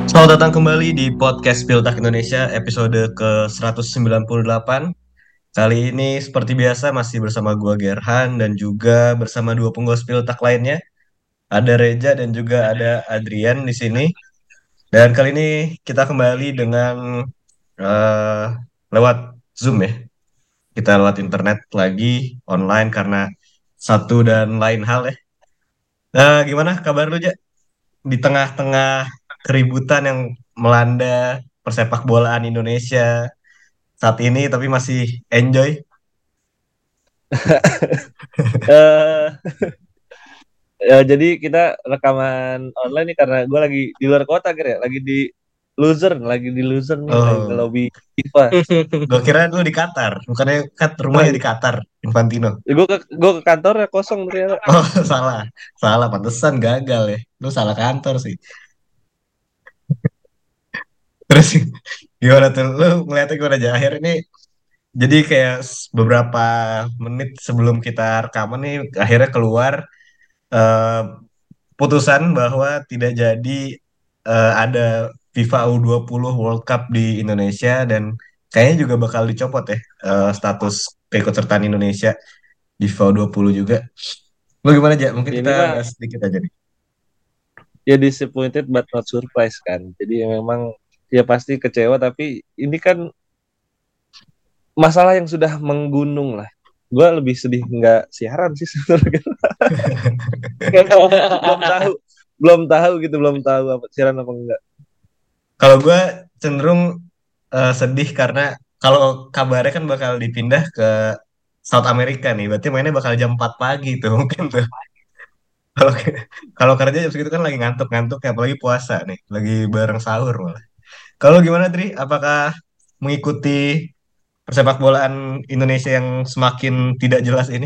Selamat datang kembali di podcast Spiltak Indonesia episode ke-198. Kali ini seperti biasa masih bersama gua Gerhan dan juga bersama dua penggawa Spiltak lainnya. Ada Reja dan juga ada Adrian di sini. Dan kali ini kita kembali dengan eh, lewat Zoom ya. Kita lewat internet lagi online karena satu dan lain hal ya. Nah, gimana kabar lu, Ja? Di tengah-tengah keributan yang melanda persepak bolaan Indonesia saat ini tapi masih enjoy. eh jadi kita rekaman online nih karena gue lagi di luar kota kira ya, lagi di loser nih, lagi Oh, ngelobi FIFA. gue kira lu di Qatar, bukannya rumahnya di Qatar, Infantino. Gue ke kantor ya kosong ternyata. Oh, salah, salah, pantesan gagal ya. Lu salah kantor sih. Terus gimana tuh? Lu ngeliatnya gimana aja? Akhir ini jadi kayak beberapa menit sebelum kita rekaman nih, akhirnya keluar eh, putusan bahwa tidak jadi ada FIFA U20 World Cup di Indonesia dan kayaknya juga bakal dicopot ya status keikutsertaan Indonesia di FIFA U20 juga. Lu gimana aja? Mungkin kita Ini mah bahas sedikit aja nih. ya disappointed but not surprised kan. Jadi ya memang ya pasti kecewa, tapi ini kan masalah yang sudah menggunung lah. Gue lebih sedih nggak siaran sih sebenarnya. belum tahu belum tahu apa siaran apa enggak. Kalau gue cenderung sedih karena kalau kabarnya kan bakal dipindah ke South America nih, berarti mainnya bakal jam 4 pagi tuh mungkin tuh. Kalau kalau kerja jam segitu kan lagi ngantuk-ngantuk ya, apalagi puasa nih, lagi bareng sahur malah. Kalau gimana, Tri? Apakah mengikuti persepak bolaan Indonesia yang semakin tidak jelas ini?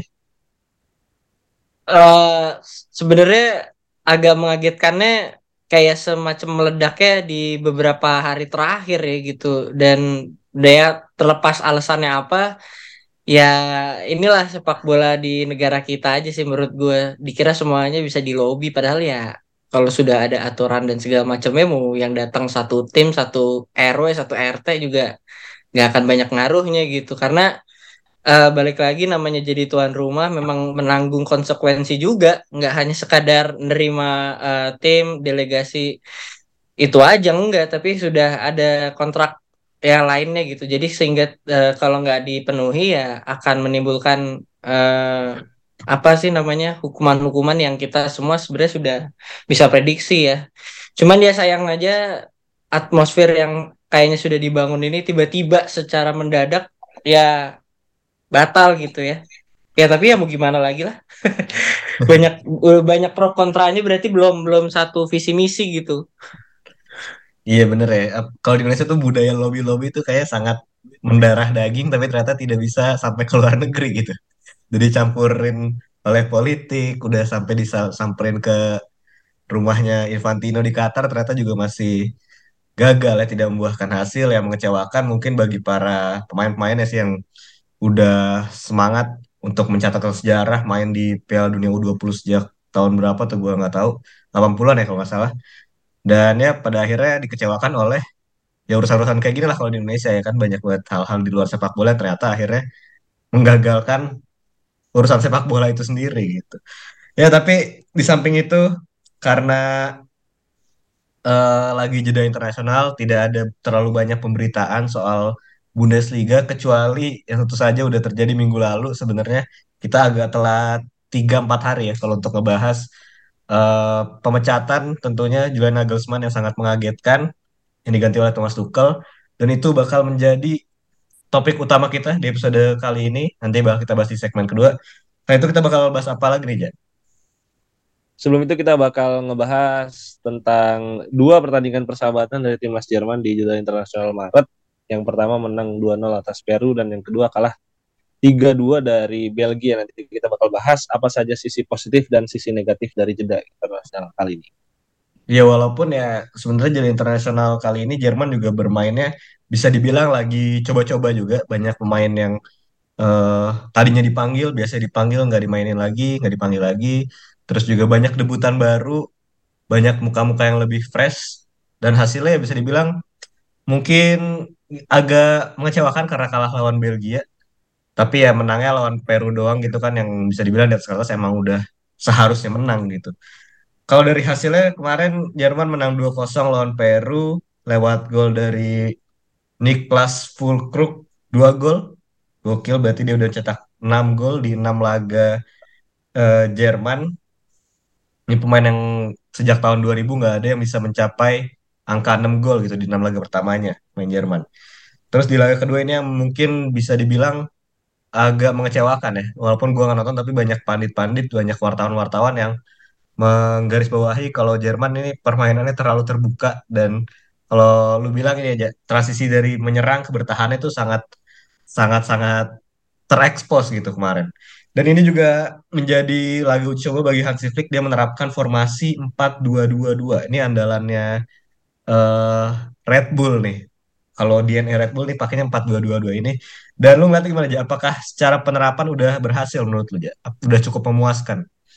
eh Sebenarnya agak mengagetkannya kayak semacam meledaknya di beberapa hari terakhir ya gitu. Dan dia terlepas alasannya apa, ya inilah sepak bola di negara kita aja sih menurut gue. Dikira semuanya bisa dilobi, padahal ya kalau sudah ada aturan dan segala macamnya, mau yang datang satu tim, satu RW, satu RT juga nggak akan banyak ngaruhnya gitu. Karena balik lagi, namanya jadi tuan rumah memang menanggung konsekuensi juga, nggak hanya sekadar nerima tim delegasi itu aja, enggak, tapi sudah ada kontrak yang lainnya gitu. Jadi sehingga kalau nggak dipenuhi ya akan menimbulkan eh, apa sih namanya, hukuman-hukuman yang kita semua sebenarnya sudah bisa prediksi ya. Cuman ya sayang aja, atmosfer yang kayaknya sudah dibangun ini tiba-tiba secara mendadak ya batal gitu ya. Ya tapi ya mau gimana lagi lah. Banyak banyak pro kontranya, berarti belum belum satu visi misi gitu. Iya bener ya. Kalau di Indonesia tuh budaya lobby-lobby itu kayak sangat mendarah daging, tapi ternyata tidak bisa sampai ke luar negeri gitu. Jadi campurin oleh politik, udah sampai disamperin ke rumahnya Infantino di Qatar, ternyata juga masih gagal ya, tidak membuahkan hasil yang mengecewakan mungkin bagi para pemain-pemainnya sih yang udah semangat untuk mencatat sejarah main di Piala Dunia U20 sejak tahun berapa tuh gue nggak tahu, 80-an ya kalau nggak salah. Dan ya pada akhirnya dikecewakan oleh ya urusan-urusan kayak gini lah kalau di Indonesia ya kan, banyak banget hal-hal di luar sepak bola yang ternyata akhirnya menggagalkan urusan sepak bola itu sendiri gitu. Ya tapi di samping itu karena lagi jeda internasional tidak ada terlalu banyak pemberitaan soal Bundesliga kecuali yang tentu saja udah terjadi minggu lalu. Sebenarnya kita agak telat 3-4 hari ya kalau untuk ngebahas pemecatan tentunya Julian Nagelsmann yang sangat mengagetkan yang diganti oleh Thomas Tuchel, dan itu bakal menjadi topik utama kita di episode kali ini. Nanti bakal kita bahas di segmen kedua. Nah itu kita bakal bahas apa lagi nih, Jan? Sebelum itu kita bakal ngebahas tentang dua pertandingan persahabatan dari timnas Jerman di Jeda Internasional Maret. Yang pertama menang 2-0 atas Peru dan yang kedua kalah 3-2 dari Belgia. Nanti kita bakal bahas apa saja sisi positif dan sisi negatif dari jeda internasional kali ini. Ya walaupun ya sebenarnya jadi internasional kali ini Jerman juga bermainnya bisa dibilang lagi coba-coba juga, banyak pemain yang eh, tadinya dipanggil, biasa dipanggil nggak dimainin lagi, nggak dipanggil lagi. Terus juga banyak debutan baru, banyak muka-muka yang lebih fresh. dan hasilnya bisa dibilang mungkin agak mengecewakan karena kalah lawan Belgia. Tapi ya menangnya lawan Peru doang gitu kan yang bisa dibilang di atas kertas emang udah seharusnya menang gitu. Kalau dari hasilnya kemarin Jerman menang 2-0 lawan Peru lewat gol dari Niklas Füllkrug 2 gol. Gokil berarti dia udah cetak 6 gol di 6 laga Jerman. Ini pemain yang sejak tahun 2000 nggak ada yang bisa mencapai angka 6 gol gitu di 6 laga pertamanya main Jerman. Terus di laga kedua ini yang mungkin bisa dibilang agak mengecewakan ya. Walaupun gua nggak nonton tapi banyak pandit-pandit, banyak wartawan-wartawan yang menggarisbawahi kalau Jerman ini permainannya terlalu terbuka dan kalau lu bilang ini aja transisi dari menyerang ke bertahan itu sangat sangat sangat terekspos gitu kemarin. Dan ini juga menjadi laga uji coba bagi Hansi Flick dia menerapkan formasi 4-2-2-2. Ini andalannya eh Red Bull nih. Kalau DNA Red Bull nih pakainya 4-2-2-2 ini. Dan lu ngeliat gimana aja? Apakah secara penerapan udah berhasil menurut lu, Ja? Udah cukup memuaskan?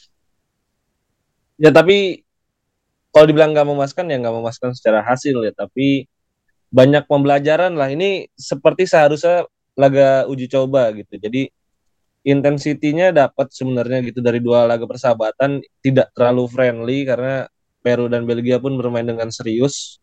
Ya tapi kalau dibilang nggak memuaskan ya nggak memuaskan secara hasil ya, tapi banyak pembelajaran lah. Ini seperti seharusnya laga uji coba gitu. Jadi intensitinya dapat sebenarnya gitu dari dua laga persahabatan, tidak terlalu friendly karena Peru dan Belgia pun bermain dengan serius.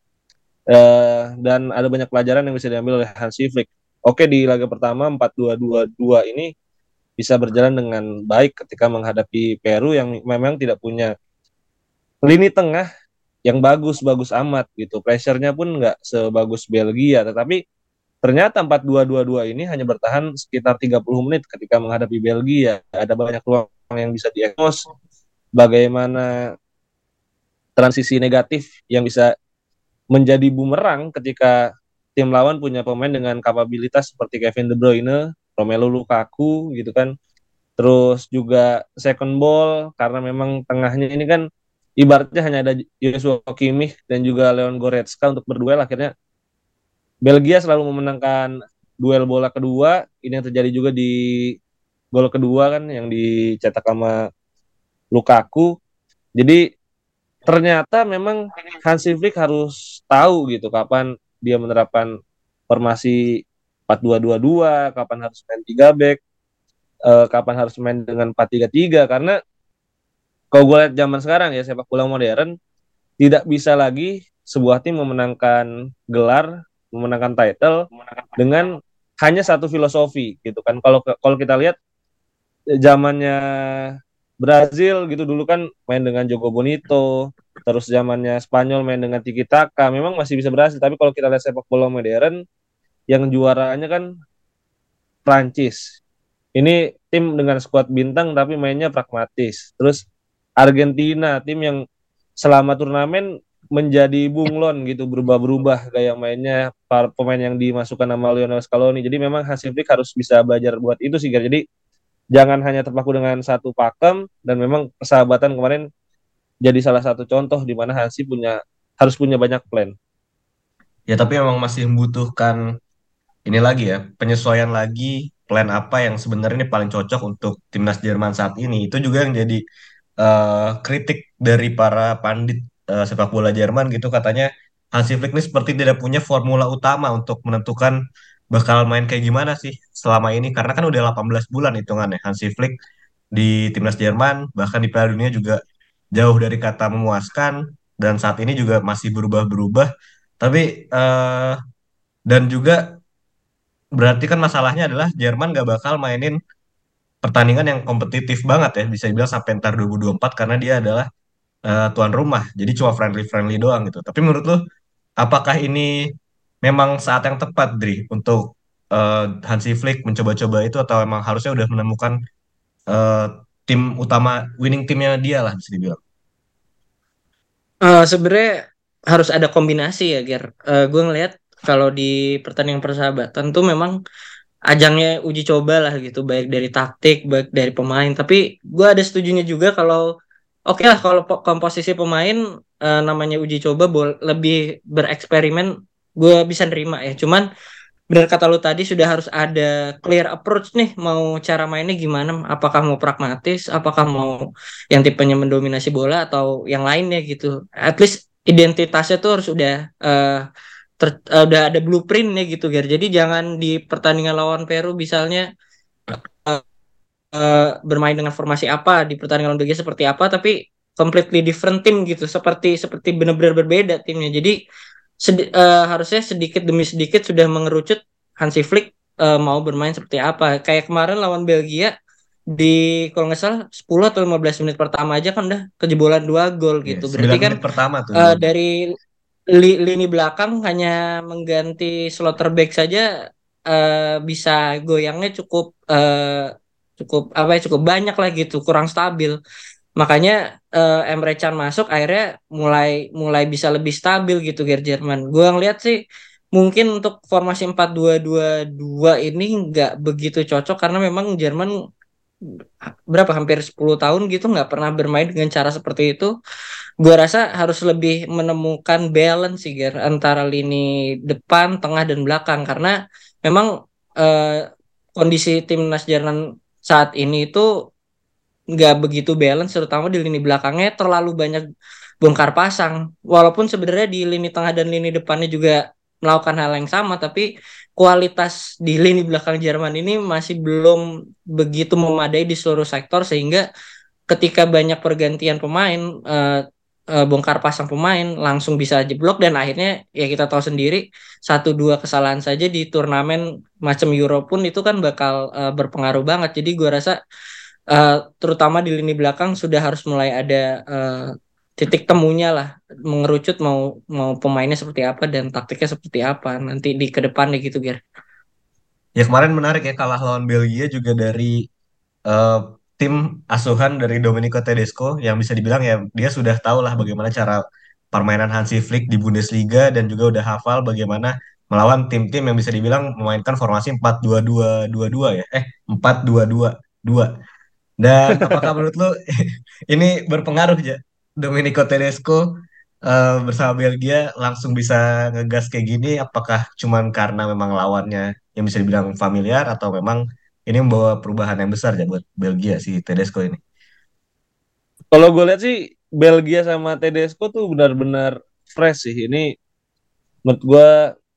Dan ada banyak pelajaran yang bisa diambil oleh Hansi Flick. Oke, di laga pertama 4-2-2-2 ini bisa berjalan dengan baik ketika menghadapi Peru yang memang tidak punya lini tengah yang bagus-bagus amat gitu. Pressure-nya pun nggak sebagus Belgia, tetapi ternyata 4-2-2-2 ini hanya bertahan sekitar 30 menit ketika menghadapi Belgia. Ada banyak ruang yang bisa diekspos, bagaimana transisi negatif yang bisa menjadi bumerang ketika tim lawan punya pemain dengan kapabilitas seperti Kevin De Bruyne, Romelu Lukaku gitu kan. Terus juga second ball karena memang tengahnya ini kan ibaratnya hanya ada Joshua Kimmich dan juga Leon Goretzka untuk berduel, akhirnya Belgia selalu memenangkan duel bola kedua. Ini yang terjadi juga di gol kedua kan yang dicetak sama Lukaku. Jadi ternyata memang Hansi Flick harus tahu gitu kapan dia menerapkan formasi 4-2-2-2, kapan harus main 3 back, kapan harus main dengan 4-3-3, karena kalau gue lihat zaman sekarang ya sepak bola modern tidak bisa lagi sebuah tim memenangkan gelar, memenangkan title dengan hanya satu filosofi gitu kan. Kalau kita lihat zamannya Brazil gitu dulu kan main dengan Jogo Bonito, terus zamannya Spanyol main dengan Tiki Taka, memang masih bisa berhasil. Tapi kalau kita lihat sepak bola modern, yang juaranya kan Prancis. Ini tim dengan skuad bintang tapi mainnya pragmatis. Terus Argentina, tim yang selama turnamen menjadi bunglon gitu, berubah-berubah gaya mainnya, para pemain yang dimasukkan nama Lionel Scaloni. Jadi memang Hansi Flick harus bisa belajar buat itu sih. Jadi jangan hanya terpaku dengan satu pakem, dan memang persahabatan kemarin jadi salah satu contoh di mana Hansi harus punya banyak plan. Ya tapi memang masih membutuhkan ini lagi ya, penyesuaian lagi plan apa yang sebenarnya ini paling cocok untuk timnas Jerman saat ini. Itu juga yang jadi kritik dari para pandit sepak bola Jerman gitu katanya Hansi Flick ini seperti tidak punya formula utama untuk menentukan bakal main kayak gimana sih selama ini karena kan udah 18 bulan hitungannya Hansi Flick di timnas Jerman bahkan di Piala Dunia juga jauh dari kata memuaskan dan saat ini juga masih berubah-berubah tapi dan juga berarti kan masalahnya adalah Jerman gak bakal mainin pertandingan yang kompetitif banget ya bisa dibilang sampai ntar 2024 karena dia adalah tuan rumah. Jadi cuma friendly-friendly doang gitu. Tapi menurut lu apakah ini memang saat yang tepat Dri untuk Hansi Flick mencoba-coba itu atau emang harusnya udah menemukan eh, tim utama winning timnya dia lah bisa dibilang. Sebenarnya harus ada kombinasi ya, Ger. Gue ngelihat kalau di pertandingan persahabatan tuh memang ajangnya uji coba lah gitu, baik dari taktik, baik dari pemain. Tapi gue ada setujunya juga kalau oke lah kalau komposisi pemain namanya uji coba lebih bereksperimen, gue bisa nerima ya. Cuman benar kata lu tadi sudah harus ada clear approach nih mau cara mainnya gimana, apakah mau pragmatis, apakah mau yang tipenya mendominasi bola atau yang lainnya gitu. At least identitasnya tuh harus udah ada blueprintnya gitu, Ger. Jadi jangan di pertandingan lawan Peru misalnya bermain dengan formasi apa, di pertandingan lawan Belgia seperti apa, tapi completely different team gitu, seperti benar-benar berbeda timnya. Jadi harusnya sedikit demi sedikit sudah mengerucut Hansi Flick mau bermain seperti apa. Kayak kemarin lawan Belgia di kalau nggak salah 10 atau 15 menit pertama aja kan udah kejebolan 2 gol Iya, gitu. Berarti 9 kan menit pertama tuh golnya. dari lini belakang hanya mengganti Slotterbeck saja bisa goyangnya cukup apa ya, cukup banyak lah gitu, kurang stabil. Makanya Emre Can masuk akhirnya mulai mulai bisa lebih stabil gitu Jerman. Gua ngeliat sih mungkin untuk formasi 4-2-2-2 ini nggak begitu cocok karena memang Jerman berapa hampir 10 tahun gitu nggak pernah bermain dengan cara seperti itu. Gua rasa harus lebih menemukan balance sih antara lini depan, tengah dan belakang karena memang kondisi timnas Jerman saat ini itu nggak begitu balance, terutama di lini belakangnya terlalu banyak bongkar pasang. Walaupun sebenarnya di lini tengah dan lini depannya juga melakukan hal yang sama, tapi kualitas di lini belakang Jerman ini masih belum begitu memadai di seluruh sektor sehingga ketika banyak pergantian pemain, bongkar pasang pemain langsung bisa jeblok dan akhirnya ya kita tahu sendiri 1-2 kesalahan saja di turnamen macam Euro pun itu kan bakal berpengaruh banget. Jadi gua rasa terutama di lini belakang sudah harus mulai ada titik temunya lah, mengerucut mau mau pemainnya seperti apa dan taktiknya seperti apa nanti di ke depannya gitu, Ger. Ya kemarin menarik ya kalah lawan Belgia juga dari eh, tim asuhan dari Domenico Tedesco yang bisa dibilang ya dia sudah tahu lah bagaimana cara permainan Hansi Flick di Bundesliga dan juga udah hafal bagaimana melawan tim-tim yang bisa dibilang memainkan formasi 4-2-2-2-2 ya. 4-2-2-2. Dan apakah menurut lu ini berpengaruh ya Domenico Tedesco bersama Belgia langsung bisa ngegas kayak gini? Apakah cuman karena memang lawannya yang bisa dibilang familiar atau memang ini membawa perubahan yang besar ya buat Belgia si Tedesco ini? Kalau gue lihat sih Belgia sama Tedesco tuh benar-benar fresh sih. Ini menurut gue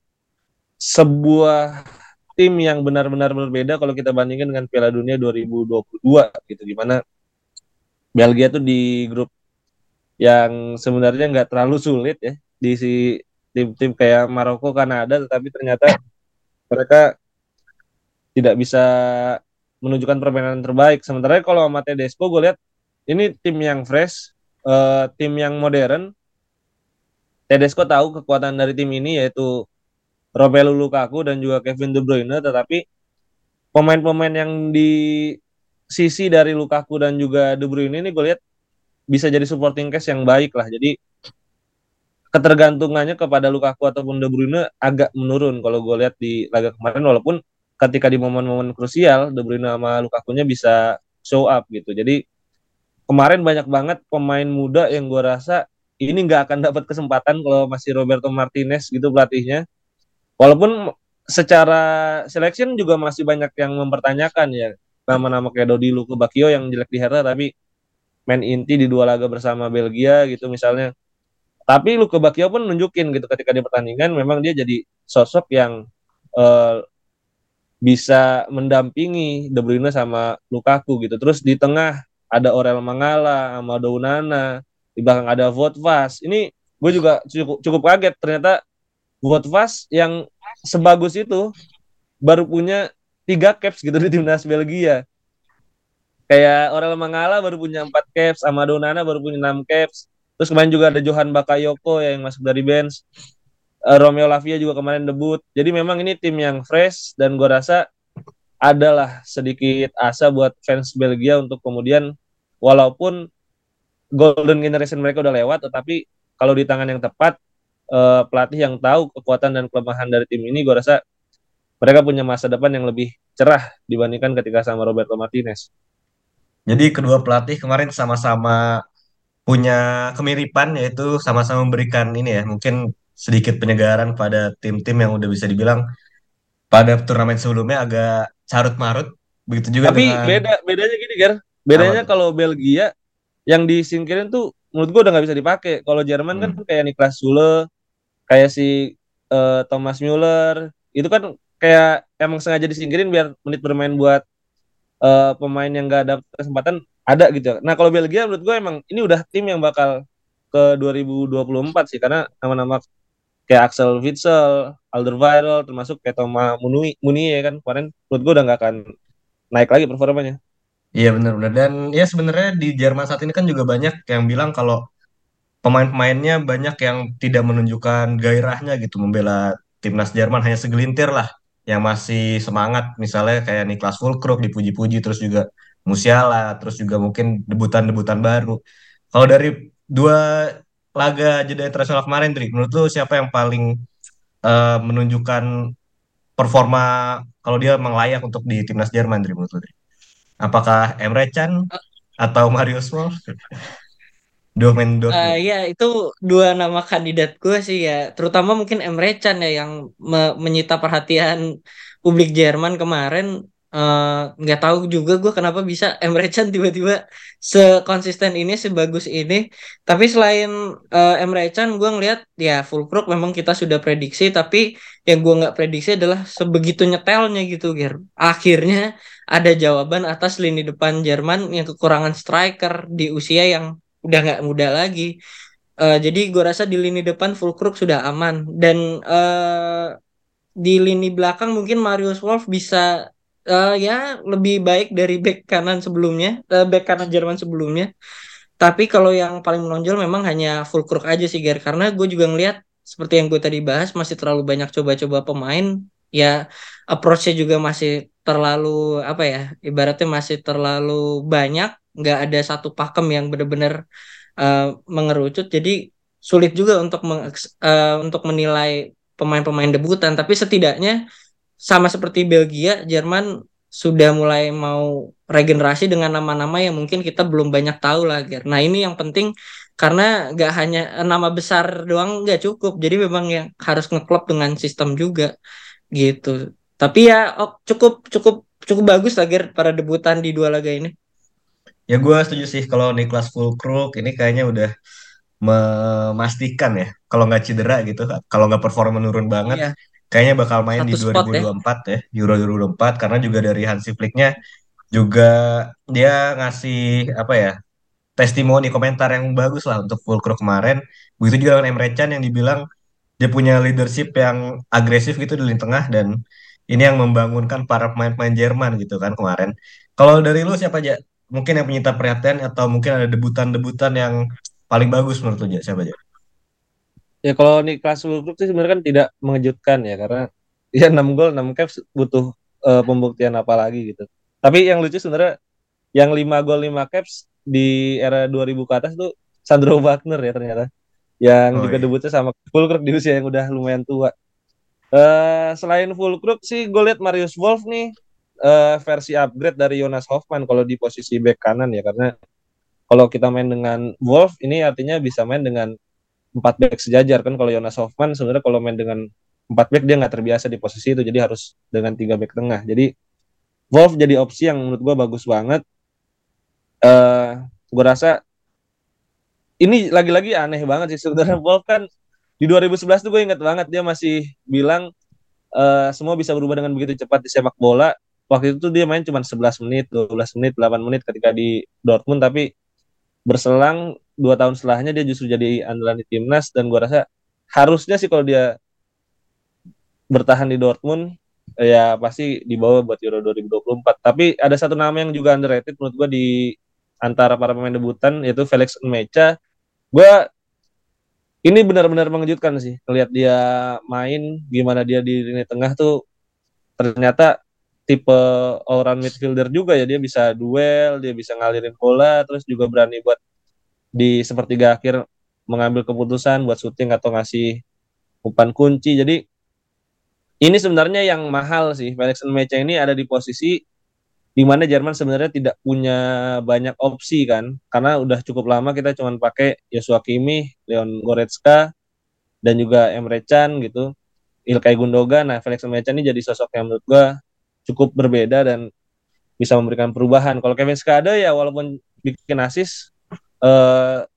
sebuah tim yang benar-benar berbeda kalau kita bandingkan dengan Piala Dunia 2022 gitu. Gimana Belgia tuh di grup yang sebenarnya nggak terlalu sulit ya di si tim-tim kayak Maroko, Kanada, tetapi ternyata mereka tidak bisa menunjukkan permainan terbaik. Sementara kalau sama Tedesco gue lihat ini tim yang fresh, tim yang modern. Tedesco tahu kekuatan dari tim ini yaitu Romelu Lukaku dan juga Kevin De Bruyne, tetapi pemain-pemain yang di sisi dari Lukaku dan juga De Bruyne ini gue lihat bisa jadi supporting cast yang baik lah. Jadi ketergantungannya kepada Lukaku ataupun De Bruyne agak menurun kalau gue lihat di laga kemarin, walaupun ketika di momen-momen krusial De Bruyne sama Lukakunya bisa show up gitu. Jadi kemarin banyak banget pemain muda yang gue rasa ini nggak akan dapat kesempatan kalau masih Roberto Martinez gitu pelatihnya. Walaupun secara selection juga masih banyak yang mempertanyakan ya, nama-nama kayak Dodi Lukebakio yang jelek di Hertha tapi main inti di 2 laga bersama Belgia gitu misalnya. Tapi Lukebakio pun nunjukin gitu ketika di pertandingan memang dia jadi sosok yang uh, bisa mendampingi De Bruyne sama Lukaku gitu. Terus di tengah ada Orel Mangala, Amadou Onana, di belakang ada Wout Vass. Ini gue juga cukup kaget ternyata Wout Vass yang sebagus itu baru punya 3 caps gitu di timnas Belgia. Kayak Orel Mangala baru punya 4 caps, Amadou Onana baru punya 6 caps. Terus kemarin juga ada Johan Bakayoko yang masuk dari bench. Romeo Lavia juga kemarin debut. Jadi memang ini tim yang fresh dan gue rasa adalah sedikit asa buat fans Belgia untuk kemudian walaupun golden generation mereka udah lewat, tetapi kalau di tangan yang tepat pelatih yang tahu kekuatan dan kelemahan dari tim ini, gue rasa mereka punya masa depan yang lebih cerah dibandingkan ketika sama Roberto Martinez. Jadi kedua pelatih kemarin sama-sama punya kemiripan yaitu sama-sama memberikan ini ya mungkin sedikit penyegaran pada tim-tim yang udah bisa dibilang pada turnamen sebelumnya agak carut marut. Begitu juga Tapi dengan bedanya gini, Ger. apa Bedanya tuh? kalau Belgia yang disingkirin tuh menurut gue udah nggak bisa dipakai. Kalau Jerman kan Hmm. kayak Niklas Süle, kayak si Thomas Müller, itu kan kayak emang sengaja disingkirin biar menit bermain buat pemain yang nggak ada kesempatan ada gitu. Nah kalau Belgia menurut gue emang ini udah tim yang bakal ke 2024 sih, karena nama-nama kayak Axel Witsel, Alderweireld, termasuk kayak Thomas Munie ya kan kemarin, menurut gue udah nggak akan naik lagi performanya. Iya benar-benar. Dan ya sebenarnya di Jerman saat ini kan juga banyak yang bilang kalau pemain-pemainnya banyak yang tidak menunjukkan gairahnya gitu membela timnas Jerman, hanya segelintir lah yang masih semangat, misalnya kayak Niklas Füllkrug dipuji-puji, terus juga Musiala, terus juga mungkin debutan-debutan baru. Kalau dari dua laga jeda internasional kemarin, Dri, menurut lu siapa yang paling menunjukkan performa kalau dia memang layak untuk di timnas Jerman, Dri, menurut lu, Dri? Apakah Emre Can atau Mario Smol? Dua main Dortmund. Ya itu dua nama kandidat gue sih ya, terutama mungkin Emre Can ya yang menyita perhatian publik Jerman kemarin. Nggak tahu juga gue kenapa bisa Emre Can tiba-tiba sekonsisten ini, sebagus ini. Tapi selain Emre Can, gue ngeliat ya Fulkrug memang kita sudah prediksi, tapi yang gue nggak prediksi adalah sebegitu nyetelnya gitu, Ger. Akhirnya ada jawaban atas lini depan Jerman yang kekurangan striker di usia yang udah nggak muda lagi. Jadi gue rasa di lini depan Fulkrug sudah aman, dan di lini belakang mungkin Marius Wolf bisa ya lebih baik dari bek kanan sebelumnya, bek kanan Jerman sebelumnya. Tapi kalau yang paling menonjol memang hanya Fulkrug aja sih, Gar, karena gue juga ngelihat seperti yang gue tadi bahas masih terlalu banyak coba-coba pemain, ya approach-nya juga masih terlalu apa ya, ibaratnya masih terlalu banyak, nggak ada satu pakem yang benar-benar uh, mengerucut, jadi sulit juga untuk untuk menilai pemain-pemain debutan. Tapi setidaknya sama seperti Belgia, Jerman sudah mulai mau regenerasi dengan nama-nama yang mungkin kita belum banyak tahu lah, Ger. Nah ini yang penting, karena nggak hanya nama besar doang nggak cukup, jadi memang yang harus ngeklop dengan sistem juga gitu. Tapi ya cukup cukup cukup bagus lah, Ger, para debutan di dua laga ini. Ya gue setuju sih kalau Niklas Füllkrug ini kayaknya udah memastikan ya kalau nggak cedera gitu, kalau nggak performa menurun banget, Iya, kayaknya bakal main di satu dua spot ribu ya. dua puluh empat ya, Euro 2024, karena juga dari Hansi Flicknya juga dia ngasih apa ya, testimoni komentar yang bagus lah untuk Fulkrug kemarin. Begitu juga dengan Emre Can yang dibilang dia punya leadership yang agresif gitu di lini tengah, dan ini yang membangunkan para pemain-pemain Jerman gitu kan kemarin. Kalau dari lu siapa aja mungkin yang penyita perhatian, atau mungkin ada debutan-debutan yang paling bagus menurut lu aja, siapa aja? Ya kalau Niklas Füllkrug sih sebenarnya kan tidak mengejutkan ya, karena ya 6 gol 6 caps butuh pembuktian apa lagi gitu. Tapi yang lucu sebenarnya yang 5 gol 5 caps di era 2000 ke atas tuh Sandro Wagner ya ternyata, yang Oh juga iya. debutnya sama Fulkrug di usia yang udah lumayan tua. Selain Fulkrug sih gue lihat Marius Wolf nih versi upgrade dari Jonas Hofmann kalau di posisi back kanan ya, karena kalau kita main dengan Wolf ini artinya bisa main dengan 4 back sejajar kan. Kalau Jonas Hofmann sebenarnya kalau main dengan 4 back dia nggak terbiasa di posisi itu, jadi harus dengan 3 back tengah. Jadi Wolf jadi opsi yang menurut gue bagus banget. Gue rasa ini lagi-lagi aneh banget sih sebenarnya. Wolf kan di 2011 tuh gue inget banget dia masih bilang semua bisa berubah dengan begitu cepat di sepak bola. Waktu itu tuh dia main cuma 11 menit, 12 menit, 8 menit ketika di Dortmund, tapi berselang 2 tahun setelahnya dia justru jadi andalan di timnas, dan gue rasa harusnya sih kalau dia bertahan di Dortmund ya pasti dibawa buat Euro 2024. Tapi ada satu nama yang juga underrated menurut gue di antara para pemain debutan, yaitu Felix Nmecha. Gue ini benar-benar mengejutkan sih lihat dia main, gimana dia di lini tengah tuh ternyata tipe all round midfielder juga ya. Dia bisa duel, dia bisa ngalirin bola, terus juga berani buat di sepertiga akhir mengambil keputusan buat syuting atau ngasih umpan kunci. Jadi ini sebenarnya yang mahal sih. Felix Nmecha ini ada di posisi di mana Jerman sebenarnya tidak punya banyak opsi kan, karena udah cukup lama kita cuma pakai Joshua Kimmich, Leon Goretzka, dan juga Emre Can gitu, Ilkay Gundogan. Nah, Felix Nmecha ini jadi sosok yang menurut gue cukup berbeda dan bisa memberikan perubahan. Kalau Kevin Skade ya walaupun bikin assist,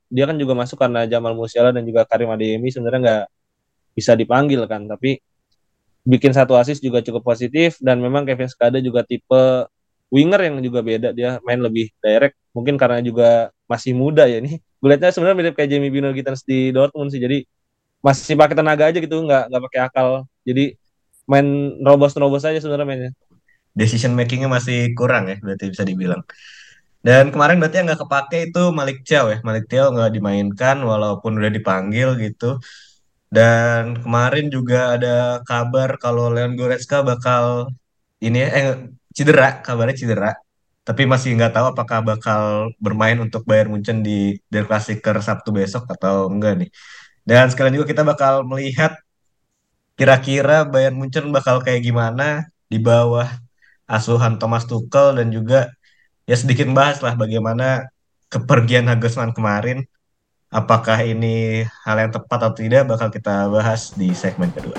dia kan juga masuk karena Jamal Musiala dan juga Karim Adeyemi sebenarnya nggak bisa dipanggil kan, tapi bikin satu assist juga cukup positif. Dan memang Kevin Skade juga tipe winger yang juga beda, dia main lebih direct mungkin karena juga masih muda ya. Ini gue liatnya sebenarnya mirip kayak Jamie Bino Gittens di Dortmund sih, jadi masih pakai tenaga aja gitu, nggak pakai akal, jadi main robos-robos aja sebenarnya mainnya. Decision makingnya masih kurang ya, berarti bisa dibilang. Dan kemarin berarti yang nggak kepake itu Malik Thiaw ya. Malik Thiaw nggak dimainkan walaupun udah dipanggil gitu. Dan kemarin juga ada kabar kalau Leon Goretzka bakal ini ya, cedera, kabarnya cedera. Tapi masih nggak tahu apakah bakal bermain untuk Bayern Munchen di Der Klassiker Sabtu besok atau enggak nih. Dan sekalian juga kita bakal melihat kira-kira Bayern Munchen bakal kayak gimana di bawah asuhan Thomas Tuchel, dan juga ya sedikit bahas lah bagaimana kepergian Nagelsmann kemarin. Apakah ini hal yang tepat atau tidak bakal kita bahas di segmen kedua.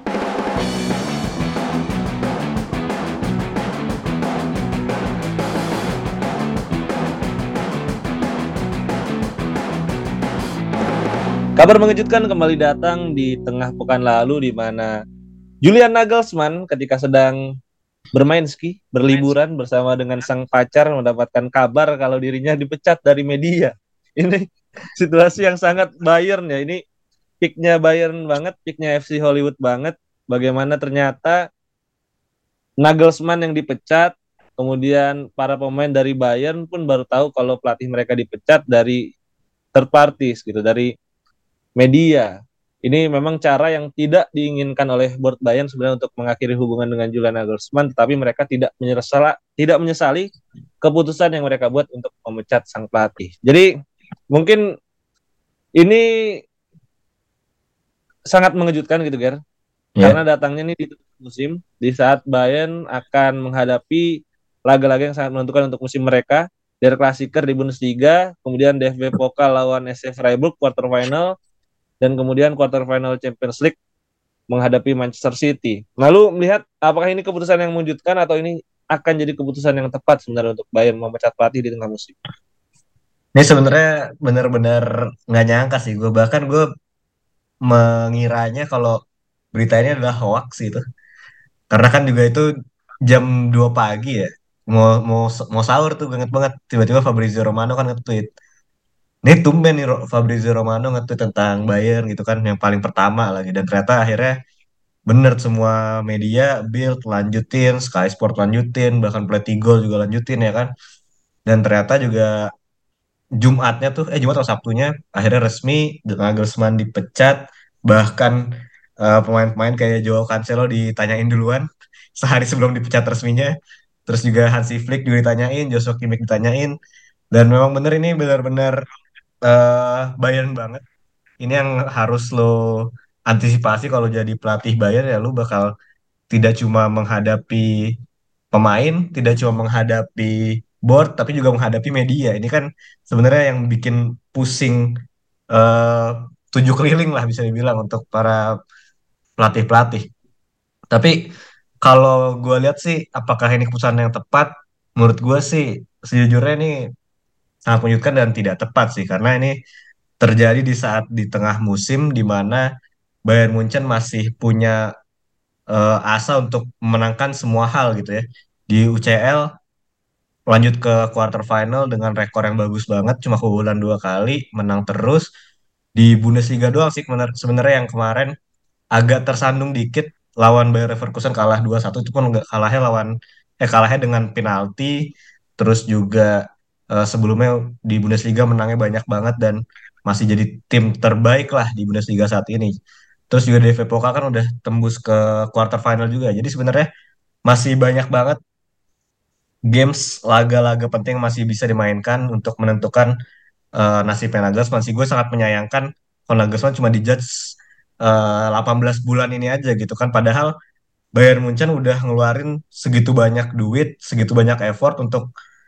Kabar mengejutkan kembali datang di tengah pekan lalu, di mana Julian Nagelsmann ketika sedang bermain ski, berliburan bersama dengan sang pacar mendapatkan kabar kalau dirinya dipecat dari media. Ini situasi yang sangat Bayern ya. Ini picknya Bayern banget, picknya FC Hollywood banget. Bagaimana ternyata Nagelsmann yang dipecat, kemudian para pemain dari Bayern pun baru tahu kalau pelatih mereka dipecat dari third parties gitu, dari media. Ini memang cara yang tidak diinginkan oleh board Bayern sebenarnya untuk mengakhiri hubungan dengan Julian Nagelsmann, tetapi mereka tidak menyesali keputusan yang mereka buat untuk memecat sang pelatih. Jadi mungkin ini sangat mengejutkan gitu, Ger. Ya, Karena datangnya nih di musim, di saat Bayern akan menghadapi laga-laga yang sangat menentukan untuk musim mereka. Der Klassiker di Bundesliga, kemudian DFB Pokal lawan SC Freiburg quarter final, dan kemudian quarter final Champions League menghadapi Manchester City. Lalu melihat apakah ini keputusan yang mengejutkan atau ini akan jadi keputusan yang tepat sebenarnya untuk Bayern memecat pelatih di tengah musim. ini sebenarnya benar-benar nggak nyangka sih. Gue mengiranya kalau berita ini adalah hoax gitu. Karena kan juga itu jam 2 pagi ya. Mau mau mau sahur tuh, gue inget banget. Tiba-tiba Fabrizio Romano kan nge-tweet. Ini tumben nih Fabrizio Romano nge-tweet tentang Bayern gitu kan, yang paling pertama lagi. Dan ternyata akhirnya bener, semua media, Bild lanjutin, Sky Sport lanjutin, bahkan Plettigol juga lanjutin ya kan. Dan ternyata juga Jumatnya tuh, Jumat atau Sabtunya akhirnya resmi Nagelsmann dipecat. Bahkan pemain-pemain kayak Joao Cancelo ditanyain duluan sehari sebelum dipecat resminya. Terus juga Hansi Flick juga ditanyain, Joshua Kimmich ditanyain. Dan memang bener ini benar-benar Bayern banget. Ini yang harus lo antisipasi kalau jadi pelatih Bayern, ya lu bakal tidak cuma menghadapi pemain, tidak cuma menghadapi board, tapi juga menghadapi media. Ini kan sebenarnya yang bikin pusing eh, tujuh keliling lah bisa dibilang untuk para pelatih-pelatih. Tapi kalau gue lihat sih, apakah ini keputusan yang tepat? Menurut gue sih, sejujurnya ini sangat menyudutkan dan tidak tepat sih, karena ini terjadi di saat di tengah musim di mana Bayern Munchen masih punya asa untuk memenangkan semua hal gitu ya. Di UCL lanjut ke quarter final dengan rekor yang bagus banget, cuma kebobolan 2 kali, menang terus. Di Bundesliga doang sih sebenarnya yang kemarin agak tersandung dikit, lawan Bayer Leverkusen kalah 2-1, itu pun nggak kalahnya kalahnya dengan penalti. Terus juga sebelumnya di Bundesliga menangnya banyak banget dan masih jadi tim terbaik lah di Bundesliga saat ini. Terus juga DFB Pokal kan udah tembus ke quarter final juga. Jadi sebenarnya masih banyak banget games, laga-laga penting masih bisa dimainkan untuk menentukan nasibnya Nagelsmann. Sih gue sangat menyayangkan kalau Nagelsmann cuma dijudge 18 bulan ini aja gitu kan. Padahal Bayern Munchen udah ngeluarin segitu banyak duit, segitu banyak effort untuk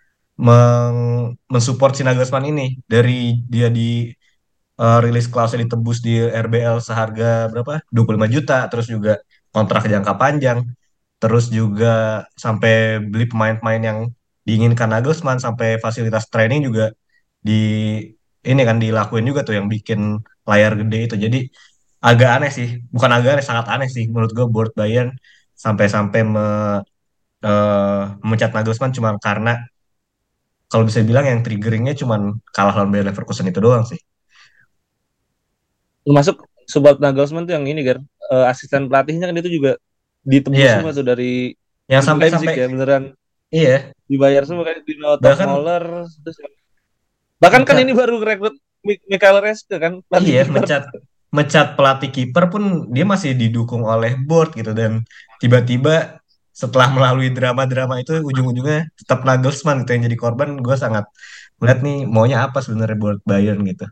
mensupport si Nagelsmann ini. Dari dia di rilis klausnya ditebus di RBL seharga berapa? 25 juta, terus juga kontrak jangka panjang, terus juga sampai beli pemain-pemain yang diinginkan Nagelsmann, sampai fasilitas training juga ini kan dilakuin juga tuh yang bikin layar gede itu. Jadi agak aneh sih, bukan agak aneh, sangat aneh sih menurut gue board Bayern sampai-sampai memecat Nagelsmann cuma karena kalau bisa bilang yang triggeringnya cuma kalah lawan Bayer Leverkusen itu doang sih. Termasuk Subalt Nagelsmann tuh yang ini kan, asisten pelatihnya kan itu juga ditebus Iya, semua tuh dari yang RB Leipzig sampai-sampai ya, beneran iya, dibayar semua kan, di Top bahkan Moller. Terus, bahkan kan ini mecat baru rekrut Michael Reske kan, pelatih iya kiper. mecat mecat pelatih kiper pun dia masih didukung oleh board gitu dan tiba-tiba setelah melalui drama-drama itu ujung-ujungnya tetap Nagelsmann gitu yang jadi korban. Gue sangat melihat nih maunya apa sebenarnya buat Bayern gitu.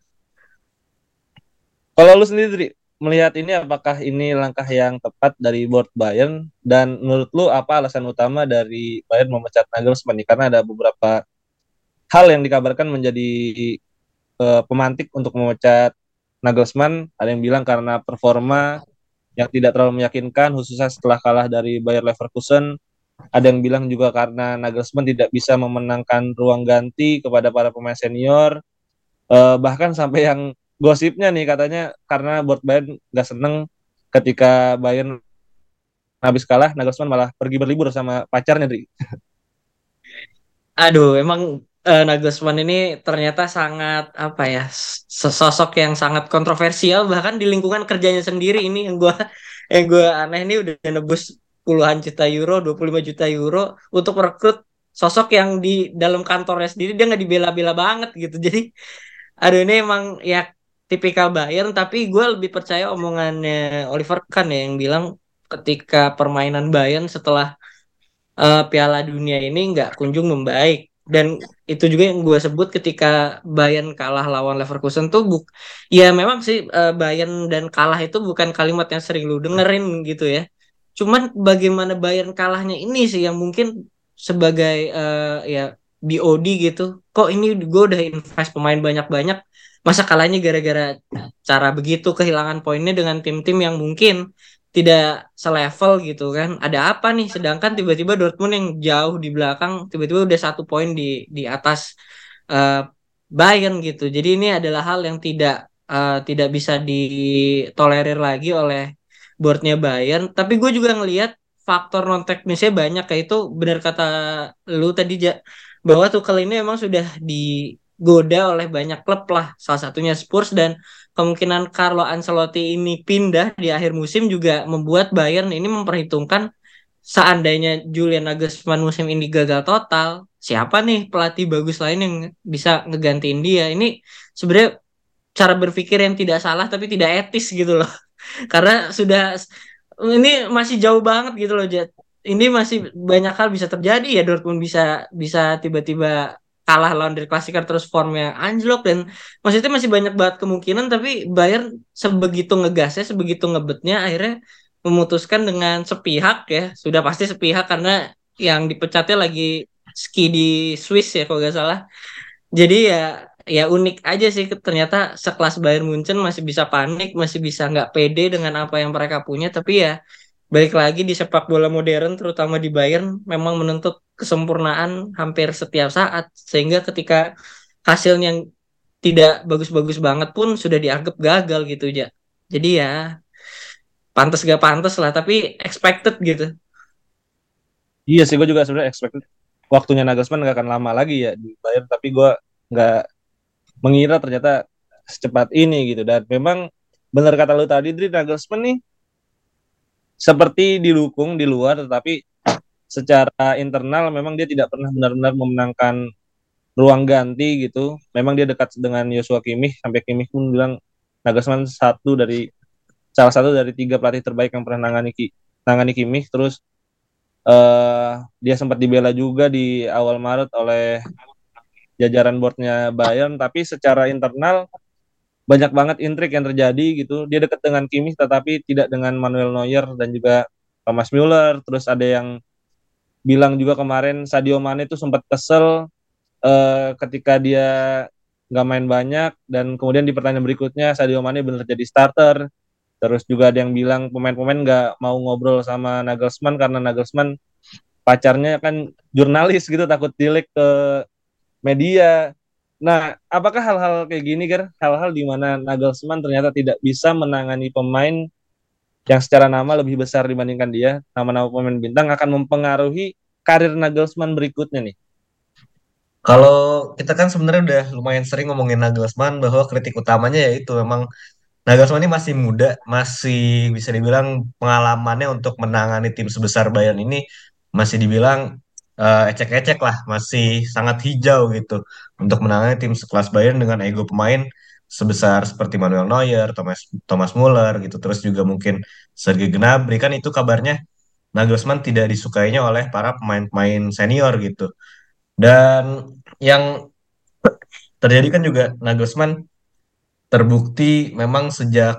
Kalau lu sendiri Dri, melihat ini apakah ini langkah yang tepat dari board Bayern, dan menurut lu apa alasan utama dari Bayern memecat Nagelsmann nih? Karena ada beberapa hal yang dikabarkan menjadi pemantik untuk memecat Nagelsmann. Ada yang bilang karena performa yang tidak terlalu meyakinkan, khususnya setelah kalah dari Bayer Leverkusen. Ada yang bilang juga karena Nagelsmann tidak bisa memenangkan ruang ganti kepada para pemain senior. Bahkan sampai yang gosipnya nih katanya karena board Bayern nggak seneng ketika Bayern habis kalah, Nagelsmann malah pergi berlibur sama pacarnya, Dri. Aduh, emang Nagelsmann ini ternyata sangat apa ya, sosok yang sangat kontroversial bahkan di lingkungan kerjanya sendiri ini yang gua aneh ini udah nebus puluhan juta euro, 25 juta euro untuk merekrut sosok yang di dalam kantornya sendiri dia nggak dibela-bela banget gitu. Jadi aduh ini emang ya tipikal Bayern, tapi gue lebih percaya omongannya Oliver Kahn ya yang bilang ketika permainan Bayern setelah Piala Dunia ini nggak kunjung membaik. Dan itu juga yang gue sebut ketika Bayern kalah lawan Leverkusen tuh ya memang sih Bayern dan kalah itu bukan kalimat yang sering lu dengerin gitu ya. Cuman bagaimana Bayern kalahnya ini sih yang mungkin sebagai ya BOD gitu. Kok ini gue udah invest pemain banyak-banyak, masa kalahnya gara-gara cara begitu kehilangan poinnya dengan tim-tim yang mungkin tidak selevel gitu kan. Ada apa nih? Sedangkan tiba-tiba Dortmund yang jauh di belakang tiba-tiba udah 1 poin di atas eh, Bayern gitu. Jadi ini adalah hal yang tidak bisa ditolerir lagi oleh boardnya Bayern. Tapi gue juga ngelihat faktor non teknisnya banyak, kayak itu benar kata lu tadi bahwa Tuchel ini memang sudah digoda oleh banyak klub lah, salah satunya Spurs, dan kemungkinan Carlo Ancelotti ini pindah di akhir musim juga membuat Bayern ini memperhitungkan seandainya Julian Nagelsmann musim ini gagal total, siapa nih pelatih bagus lain yang bisa ngegantiin dia. Ini sebenarnya cara berpikir yang tidak salah tapi tidak etis gitu loh. Karena sudah ini masih jauh banget gitu loh, Jat. Ini masih banyak hal bisa terjadi ya, Dortmund bisa bisa tiba-tiba kalah lawan dari klasiker terus formnya anjlok, dan maksudnya masih banyak banget kemungkinan, tapi Bayern sebegitu ngegasnya, sebegitu ngebetnya akhirnya memutuskan dengan sepihak ya, sudah pasti sepihak karena yang dipecatnya lagi ski di Swiss ya kalau nggak salah. Jadi ya unik aja sih, ternyata sekelas Bayern Munchen masih bisa panik, masih bisa nggak pede dengan apa yang mereka punya. Tapi ya balik lagi di sepak bola modern terutama di Bayern memang menuntut kesempurnaan hampir setiap saat, sehingga ketika hasilnya yang tidak bagus-bagus banget pun sudah dianggap gagal gitu ya. Jadi ya pantas gak pantas lah, tapi expected gitu. Iya sih, gue juga sebenarnya expected waktunya Nagelsmann gak akan lama lagi ya di Bayern, tapi gue nggak mengira ternyata secepat ini gitu. Dan memang benar kata lu tadi, Dri, Nagelsmann nih seperti didukung di luar, tetapi secara internal memang dia tidak pernah benar-benar memenangkan ruang ganti gitu. Memang dia dekat dengan Joshua Kimmich, sampai Kimmich pun bilang Nagelsmann salah satu dari 3 pelatih terbaik yang pernah nangani Kimmich. Terus dia sempat dibela juga di awal Maret oleh jajaran boardnya Bayern, tapi secara internal banyak banget intrik yang terjadi gitu. Dia dekat dengan Kimmich tetapi tidak dengan Manuel Neuer dan juga Thomas Müller. Terus ada yang bilang juga kemarin Sadio Mane itu sempat kesel ketika dia nggak main banyak, dan kemudian di pertandingan berikutnya Sadio Mane benar jadi starter. Terus juga ada yang bilang pemain-pemain nggak mau ngobrol sama Nagelsmann karena Nagelsmann pacarnya kan jurnalis gitu, takut dilek ke media. Nah, apakah hal-hal kayak gini, Ger, hal-hal di mana Nagelsmann ternyata tidak bisa menangani pemain yang secara nama lebih besar dibandingkan dia, nama-nama pemain bintang akan mempengaruhi karir Nagelsmann berikutnya nih? Kalau kita kan sebenarnya udah lumayan sering ngomongin Nagelsmann bahwa kritik utamanya yaitu memang Nagelsmann ini masih muda, masih bisa dibilang pengalamannya untuk menangani tim sebesar Bayern ini masih dibilang ecek-ecek lah, masih sangat hijau gitu untuk menangani tim sekelas Bayern dengan ego pemain sebesar seperti Manuel Neuer, Thomas Thomas Muller gitu, terus juga mungkin Serge Gnabry kan itu kabarnya Nagelsmann tidak disukainya oleh para pemain-pemain senior gitu. Dan yang terjadi kan juga Nagelsmann terbukti memang sejak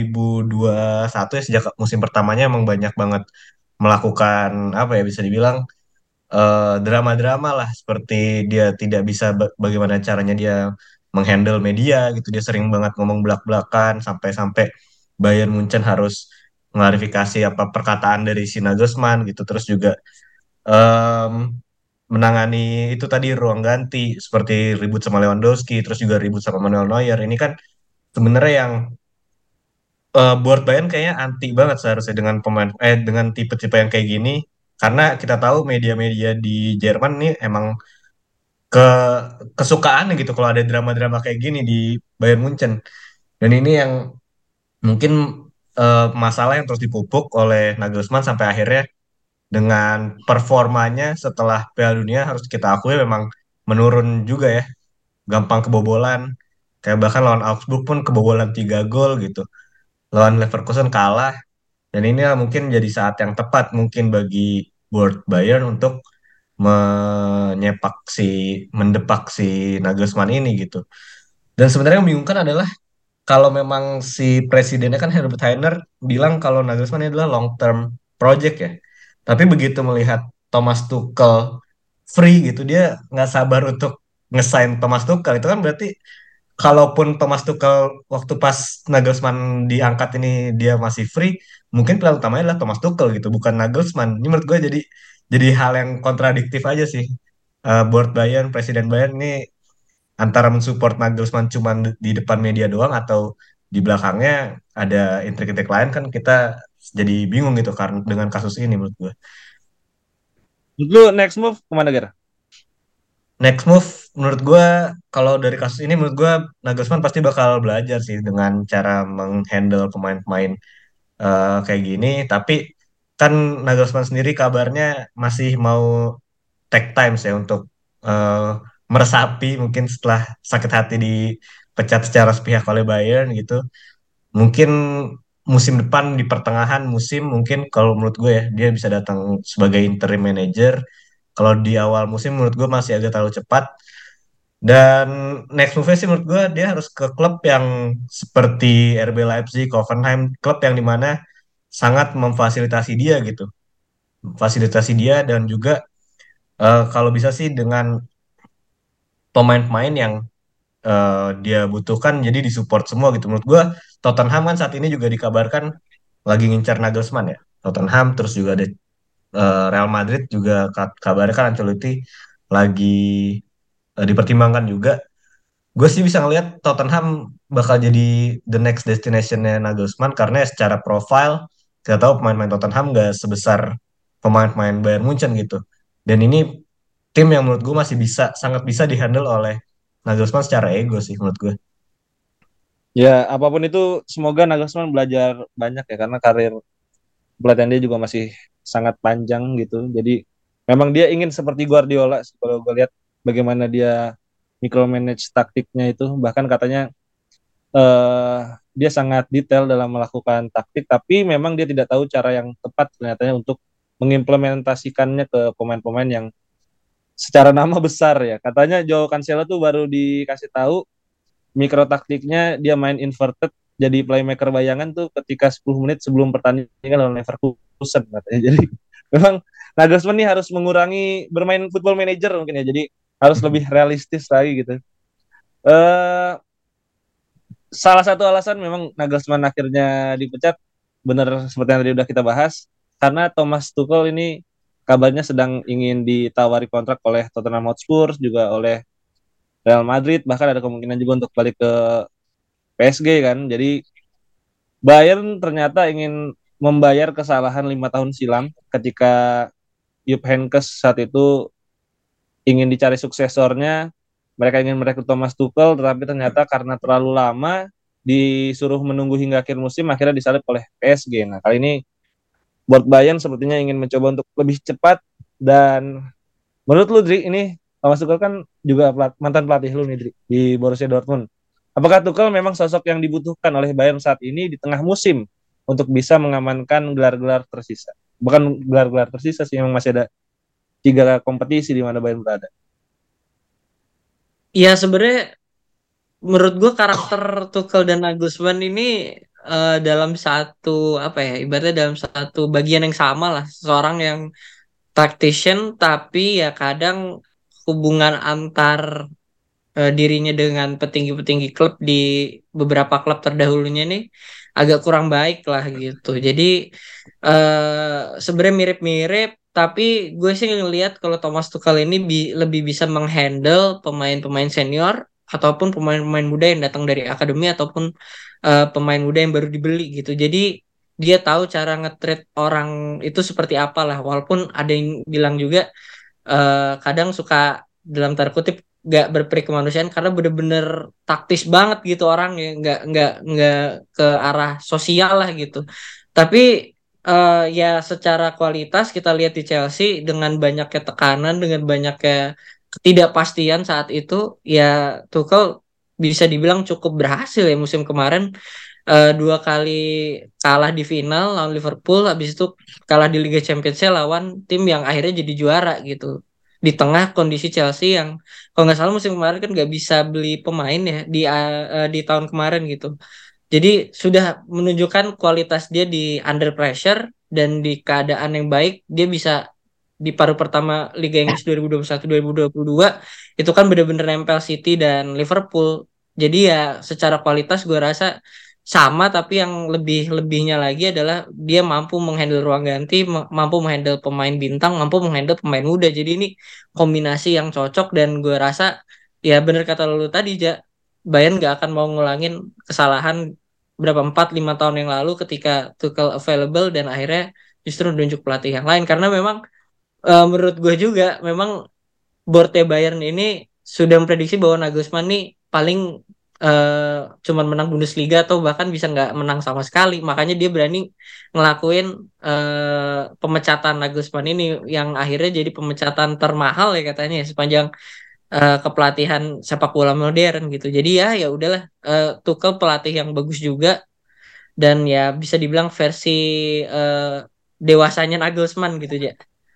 2021 ya sejak musim pertamanya emang banyak banget melakukan apa ya bisa dibilang drama-drama lah seperti dia tidak bisa bagaimana caranya dia menghandle media gitu dia sering banget ngomong belak-belakan sampai-sampai Bayern Munchen harus mengklarifikasi apa perkataan dari si Nagelsmann gitu terus juga em, menangani itu tadi ruang ganti seperti ribut sama Lewandowski terus juga ribut sama Manuel Neuer ini kan sebenarnya yang board Bayern kayaknya anti banget seharusnya dengan pemain dengan tipe-tipe yang kayak gini karena kita tahu media-media di Jerman nih emang ke kesukaan gitu kalau ada drama-drama kayak gini di Bayern Munchen dan ini yang mungkin masalah yang terus dipupuk oleh Nagelsmann sampai akhirnya dengan performanya setelah Piala Dunia harus kita akui memang menurun juga ya gampang kebobolan kayak bahkan lawan Augsburg pun kebobolan 3 gol gitu lawan Leverkusen kalah. Dan ini mungkin jadi saat yang tepat mungkin bagi board Bayern untuk menyepak si mendepak si Nagelsmann ini gitu. Dan sebenarnya yang membingungkan adalah kalau memang si presidennya kan Herbert Hainer bilang kalau Nagelsmann ini adalah long term project ya. Tapi begitu melihat Thomas Tuchel free gitu dia nggak sabar untuk ngesign Thomas Tuchel itu kan berarti kalaupun Thomas Tuchel waktu pas Nagelsmann diangkat ini dia masih free, mungkin pilihan utamanya adalah Thomas Tuchel gitu, bukan Nagelsmann. Ini menurut gue jadi hal yang kontradiktif aja sih. Board Bayern, Presiden Bayern ini antara mensupport Nagelsmann cuman di depan media doang atau di belakangnya ada intrik-intrik lain kan kita jadi bingung gitu karena dengan kasus ini menurut gue. Menurut lu next move kemana, Ger? Next move menurut gue kalau dari kasus ini menurut gue Nagelsmann pasti bakal belajar sih dengan cara menghandle pemain-pemain kayak gini. Tapi kan Nagelsmann sendiri kabarnya masih mau take time ya untuk eh, meresapi mungkin setelah sakit hati dipecat secara sepihak oleh Bayern gitu. Mungkin musim depan di pertengahan musim mungkin kalau menurut gue ya dia bisa datang sebagai interim manager. Kalau di awal musim menurut gue masih agak terlalu cepat. Dan next move sih menurut gue dia harus ke klub yang seperti RB Leipzig, Hoffenheim, klub yang dimana sangat memfasilitasi dia gitu. Fasilitasi dia dan juga kalau bisa sih dengan pemain-pemain yang dia butuhkan jadi disupport semua gitu. Menurut gue Tottenham kan saat ini juga dikabarkan lagi ngincar Nagelsmann ya. Tottenham terus juga ada Real Madrid juga kabarnya kan Ancelotti lagi dipertimbangkan juga. Gue sih bisa ngelihat Tottenham bakal jadi the next destination-nya Nagelsmann karena ya secara profile kita tahu pemain-pemain Tottenham gak sebesar pemain-pemain Bayern Munchen gitu. Dan ini tim yang menurut gue masih bisa sangat bisa dihandle oleh Nagelsmann secara ego sih menurut gue. Ya, apapun itu semoga Nagelsmann belajar banyak ya karena karir pelatihan dia juga masih sangat panjang gitu. Jadi memang dia ingin seperti Guardiola sih, kalau gue lihat bagaimana dia micromanage taktiknya itu. Bahkan katanya eh, dia sangat detail dalam melakukan taktik, tapi memang dia tidak tahu cara yang tepat ternyata untuk mengimplementasikannya ke pemain-pemain yang secara nama besar ya. Katanya Joao Cancelo tuh baru dikasih tahu mikro taktiknya dia main inverted jadi playmaker bayangan tuh ketika 10 menit sebelum pertandingan lawan Leverkusen katanya. Jadi memang Nagelsmann nih harus mengurangi bermain football manager mungkin ya. Jadi harus lebih realistis lagi gitu. Eh Salah satu alasan memang Nagelsmann akhirnya dipecat benar seperti yang tadi udah kita bahas karena Thomas Tuchel ini kabarnya sedang ingin ditawari kontrak oleh Tottenham Hotspur juga oleh Real Madrid, bahkan ada kemungkinan juga untuk balik ke PSG kan. Jadi Bayern ternyata ingin membayar kesalahan 5 tahun silam ketika Jupp Heynckes saat itu ingin dicari suksesornya, mereka ingin merekrut Thomas Tuchel, tetapi ternyata karena terlalu lama disuruh menunggu hingga akhir musim, akhirnya disalip oleh PSG. Nah, kali ini buat Bayern sepertinya ingin mencoba untuk lebih cepat. Dan menurut lu, Dri, ini Thomas Tuchel kan juga mantan pelatih lu nih, Dri, di Borussia Dortmund. Apakah Tuchel memang sosok yang dibutuhkan oleh Bayern saat ini di tengah musim untuk bisa mengamankan gelar-gelar tersisa? Bukan gelar-gelar tersisa sih, memang masih ada 3 kompetisi di mana Bayern berada. Ya sebenarnya menurut gue karakter Tuchel dan Nagelsmann ini dalam satu apa ya, ibaratnya dalam satu bagian yang sama lah, seorang yang tactician tapi ya kadang hubungan antar dirinya dengan petinggi-petinggi klub di beberapa klub terdahulunya nih agak kurang baik lah gitu. Jadi sebenarnya mirip-mirip, tapi gue sih ngelihat kalau Thomas Tuchel ini lebih bisa menghandle pemain-pemain senior ataupun pemain-pemain muda yang datang dari akademi ataupun pemain muda yang baru dibeli gitu. Jadi dia tahu cara nge-treat orang itu seperti apa lah. Walaupun ada yang bilang juga kadang suka dalam tanda kutip nggak berperi kemanusiaan karena bener-bener taktis banget gitu orang ya nggak ke arah sosial lah gitu. Tapi ya secara kualitas kita lihat di Chelsea dengan banyaknya tekanan, dengan banyaknya ketidakpastian saat itu, ya Tuchel bisa dibilang cukup berhasil ya musim kemarin. 2 kali kalah di final lawan Liverpool, habis itu kalah di Liga Champions lawan tim yang akhirnya jadi juara gitu. Di tengah kondisi Chelsea yang kalau nggak salah musim kemarin kan nggak bisa beli pemain ya di tahun kemarin gitu. Jadi sudah menunjukkan kualitas dia di under pressure dan di keadaan yang baik dia bisa di paruh pertama Liga Inggris 2021-2022 itu kan benar-benar nempel City dan Liverpool. Jadi ya secara kualitas gue rasa sama, tapi yang lebihnya lagi adalah dia mampu menghandle ruang ganti, mampu menghandle pemain bintang, mampu menghandle pemain muda. Jadi ini kombinasi yang cocok dan gue rasa ya bener kata lu tadi, Ja, Bayern gak akan mau ngulangin kesalahan berapa 4-5 tahun yang lalu ketika Tuchel available dan akhirnya justru menunjuk pelatih yang lain karena memang menurut gue juga memang Borte Bayern ini sudah memprediksi bahwa Nagelsmann nih paling cuman menang Bundesliga atau bahkan bisa nggak menang sama sekali. Makanya dia berani ngelakuin pemecatan Nagelsmann ini yang akhirnya jadi pemecatan termahal ya katanya ya, sepanjang kepelatihan sepak bola modern gitu. Jadi ya udahlah, Tuchel pelatih yang bagus juga dan ya bisa dibilang versi dewasanya Nagelsmann gitu ya.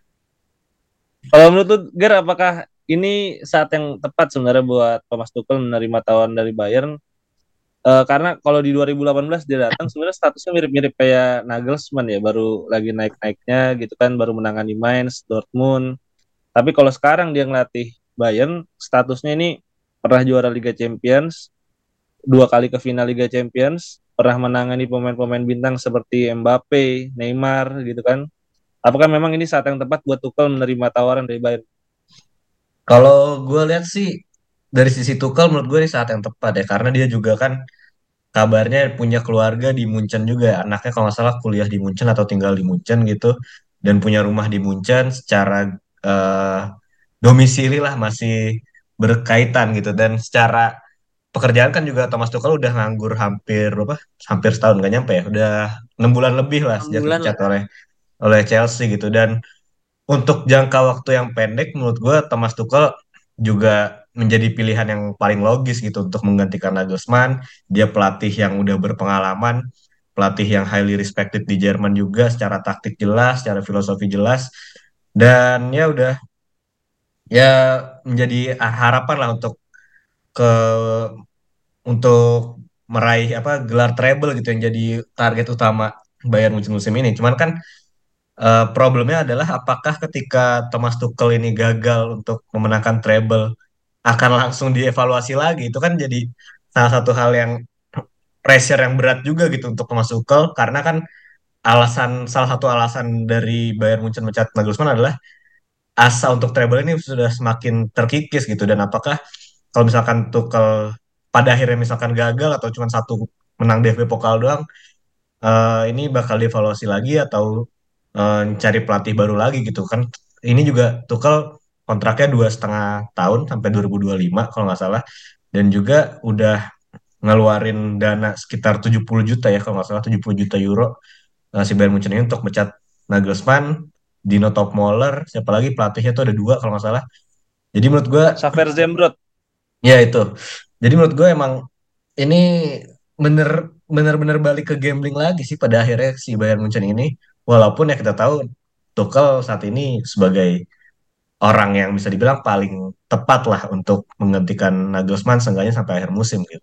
Kalau menurut lu, Ger, apakah ini saat yang tepat sebenarnya buat Thomas Tuchel menerima tawaran dari Bayern? Karena kalau di 2018 dia datang sebenarnya statusnya mirip-mirip kayak Nagelsmann ya, baru lagi naik-naiknya gitu kan, baru menangani Mainz, Dortmund. Tapi kalau sekarang dia ngelatih Bayern, statusnya ini pernah juara Liga Champions, 2 kali ke final Liga Champions, pernah menangani pemain-pemain bintang seperti Mbappe, Neymar gitu kan. Apakah memang ini saat yang tepat buat Tuchel menerima tawaran dari Bayern? Kalau gue lihat sih dari sisi Tuchel menurut gue ini saat yang tepat ya karena dia juga kan kabarnya punya keluarga di Munchen juga ya. Anaknya kalau nggak salah kuliah di Munchen atau tinggal di Munchen gitu dan punya rumah di Munchen secara eh, domisili lah masih berkaitan gitu dan secara pekerjaan kan juga Thomas Tuchel udah nganggur hampir berapa? Hampir setahun nggak nyampe ya. Udah 6 bulan lebih lah 6 sejak bulan dipecat lah. oleh oleh Chelsea gitu dan untuk jangka waktu yang pendek menurut gue Thomas Tuchel juga menjadi pilihan yang paling logis gitu untuk menggantikan Nagelsmann. Dia pelatih yang udah berpengalaman, pelatih yang highly respected di Jerman juga secara taktik jelas, secara filosofi jelas dan ya udah ya menjadi harapan lah ke untuk meraih apa gelar treble gitu yang jadi target utama Bayern musim-musim ini. Cuman kan problemnya adalah apakah ketika Thomas Tuchel ini gagal untuk memenangkan treble akan langsung dievaluasi lagi. Itu kan jadi salah satu hal yang pressure yang berat juga gitu untuk Thomas Tuchel karena kan salah satu alasan dari Bayern Munchen mencat Nagelsmann adalah asa untuk treble ini sudah semakin terkikis gitu dan apakah kalau misalkan Tuchel pada akhirnya misalkan gagal atau cuma satu menang DFB Pokal doang, ini bakal dievaluasi lagi atau cari pelatih baru lagi gitu kan. Ini juga Tuchel kontraknya 2,5 tahun sampai 2025 kalau nggak salah, dan juga udah ngeluarin dana sekitar 70 juta ya kalau nggak salah, 70 juta euro si Bayern Munchen ini untuk mecat Nagelsmann, Dino Topmoller, siapa lagi pelatihnya tuh ada dua kalau nggak salah. Jadi menurut gue Xaver Zembrot. ya itu. Jadi menurut gue emang ini bener bener-bener balik ke gambling lagi sih pada akhirnya si Bayern Munchen ini. Walaupun ya kita tahu Tuchel saat ini sebagai orang yang bisa dibilang paling tepat lah untuk menggantikan Nagelsmann seenggaknya sampai akhir musim gitu.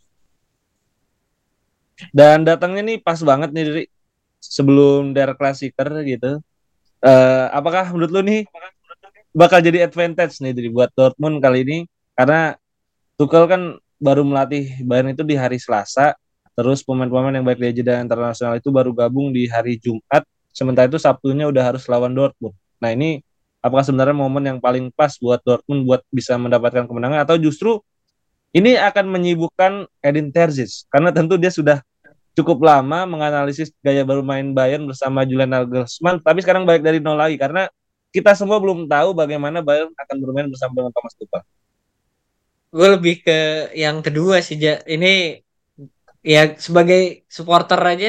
Dan datangnya nih pas banget nih dari sebelum Der Klassiker gitu. Apakah menurut lu nih bakal jadi advantage nih dari buat Dortmund kali ini? Karena Tuchel kan baru melatih Bayern itu di hari Selasa, terus pemain-pemain yang baik di jeda internasional itu baru gabung di hari Jumat, sementara itu Sabtunya udah harus lawan Dortmund. Nah ini apakah sebenarnya momen yang paling pas buat Dortmund buat bisa mendapatkan kemenangan atau justru ini akan menyibukkan Edin Terzic karena tentu dia sudah cukup lama menganalisis gaya bermain Bayern bersama Julian Nagelsmann, tapi sekarang balik dari nol lagi karena kita semua belum tahu bagaimana Bayern akan bermain bersama dengan Thomas Tuchel. Gue lebih ke yang kedua sih, Ja. Ini ya sebagai supporter aja,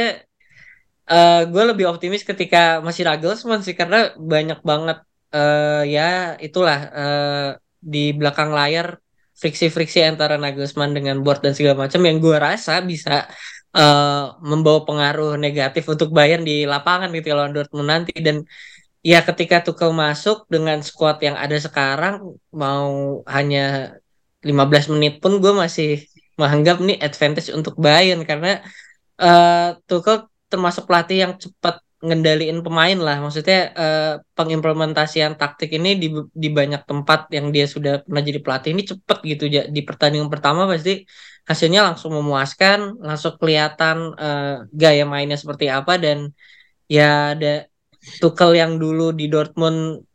gue lebih optimis ketika masih Nagelsmann sih, karena banyak banget ya itulah di belakang layar friksi-friksi antara Nagelsmann dengan board dan segala macam yang gue rasa bisa membawa pengaruh negatif untuk Bayern di lapangan gitu ya lawan Dortmund nanti. Dan ya ketika Tuchel masuk dengan skuad yang ada sekarang, mau hanya 15 menit pun gue masih menganggap nih advantage untuk Bayern, karena Tuchel termasuk pelatih yang cepat ngendaliin pemain lah. Maksudnya pengimplementasian taktik ini di banyak tempat yang dia sudah pernah jadi pelatih ini cepet gitu. Di pertandingan pertama pasti hasilnya langsung memuaskan, langsung kelihatan gaya mainnya seperti apa. Dan ya ada Tuchel yang dulu di Dortmund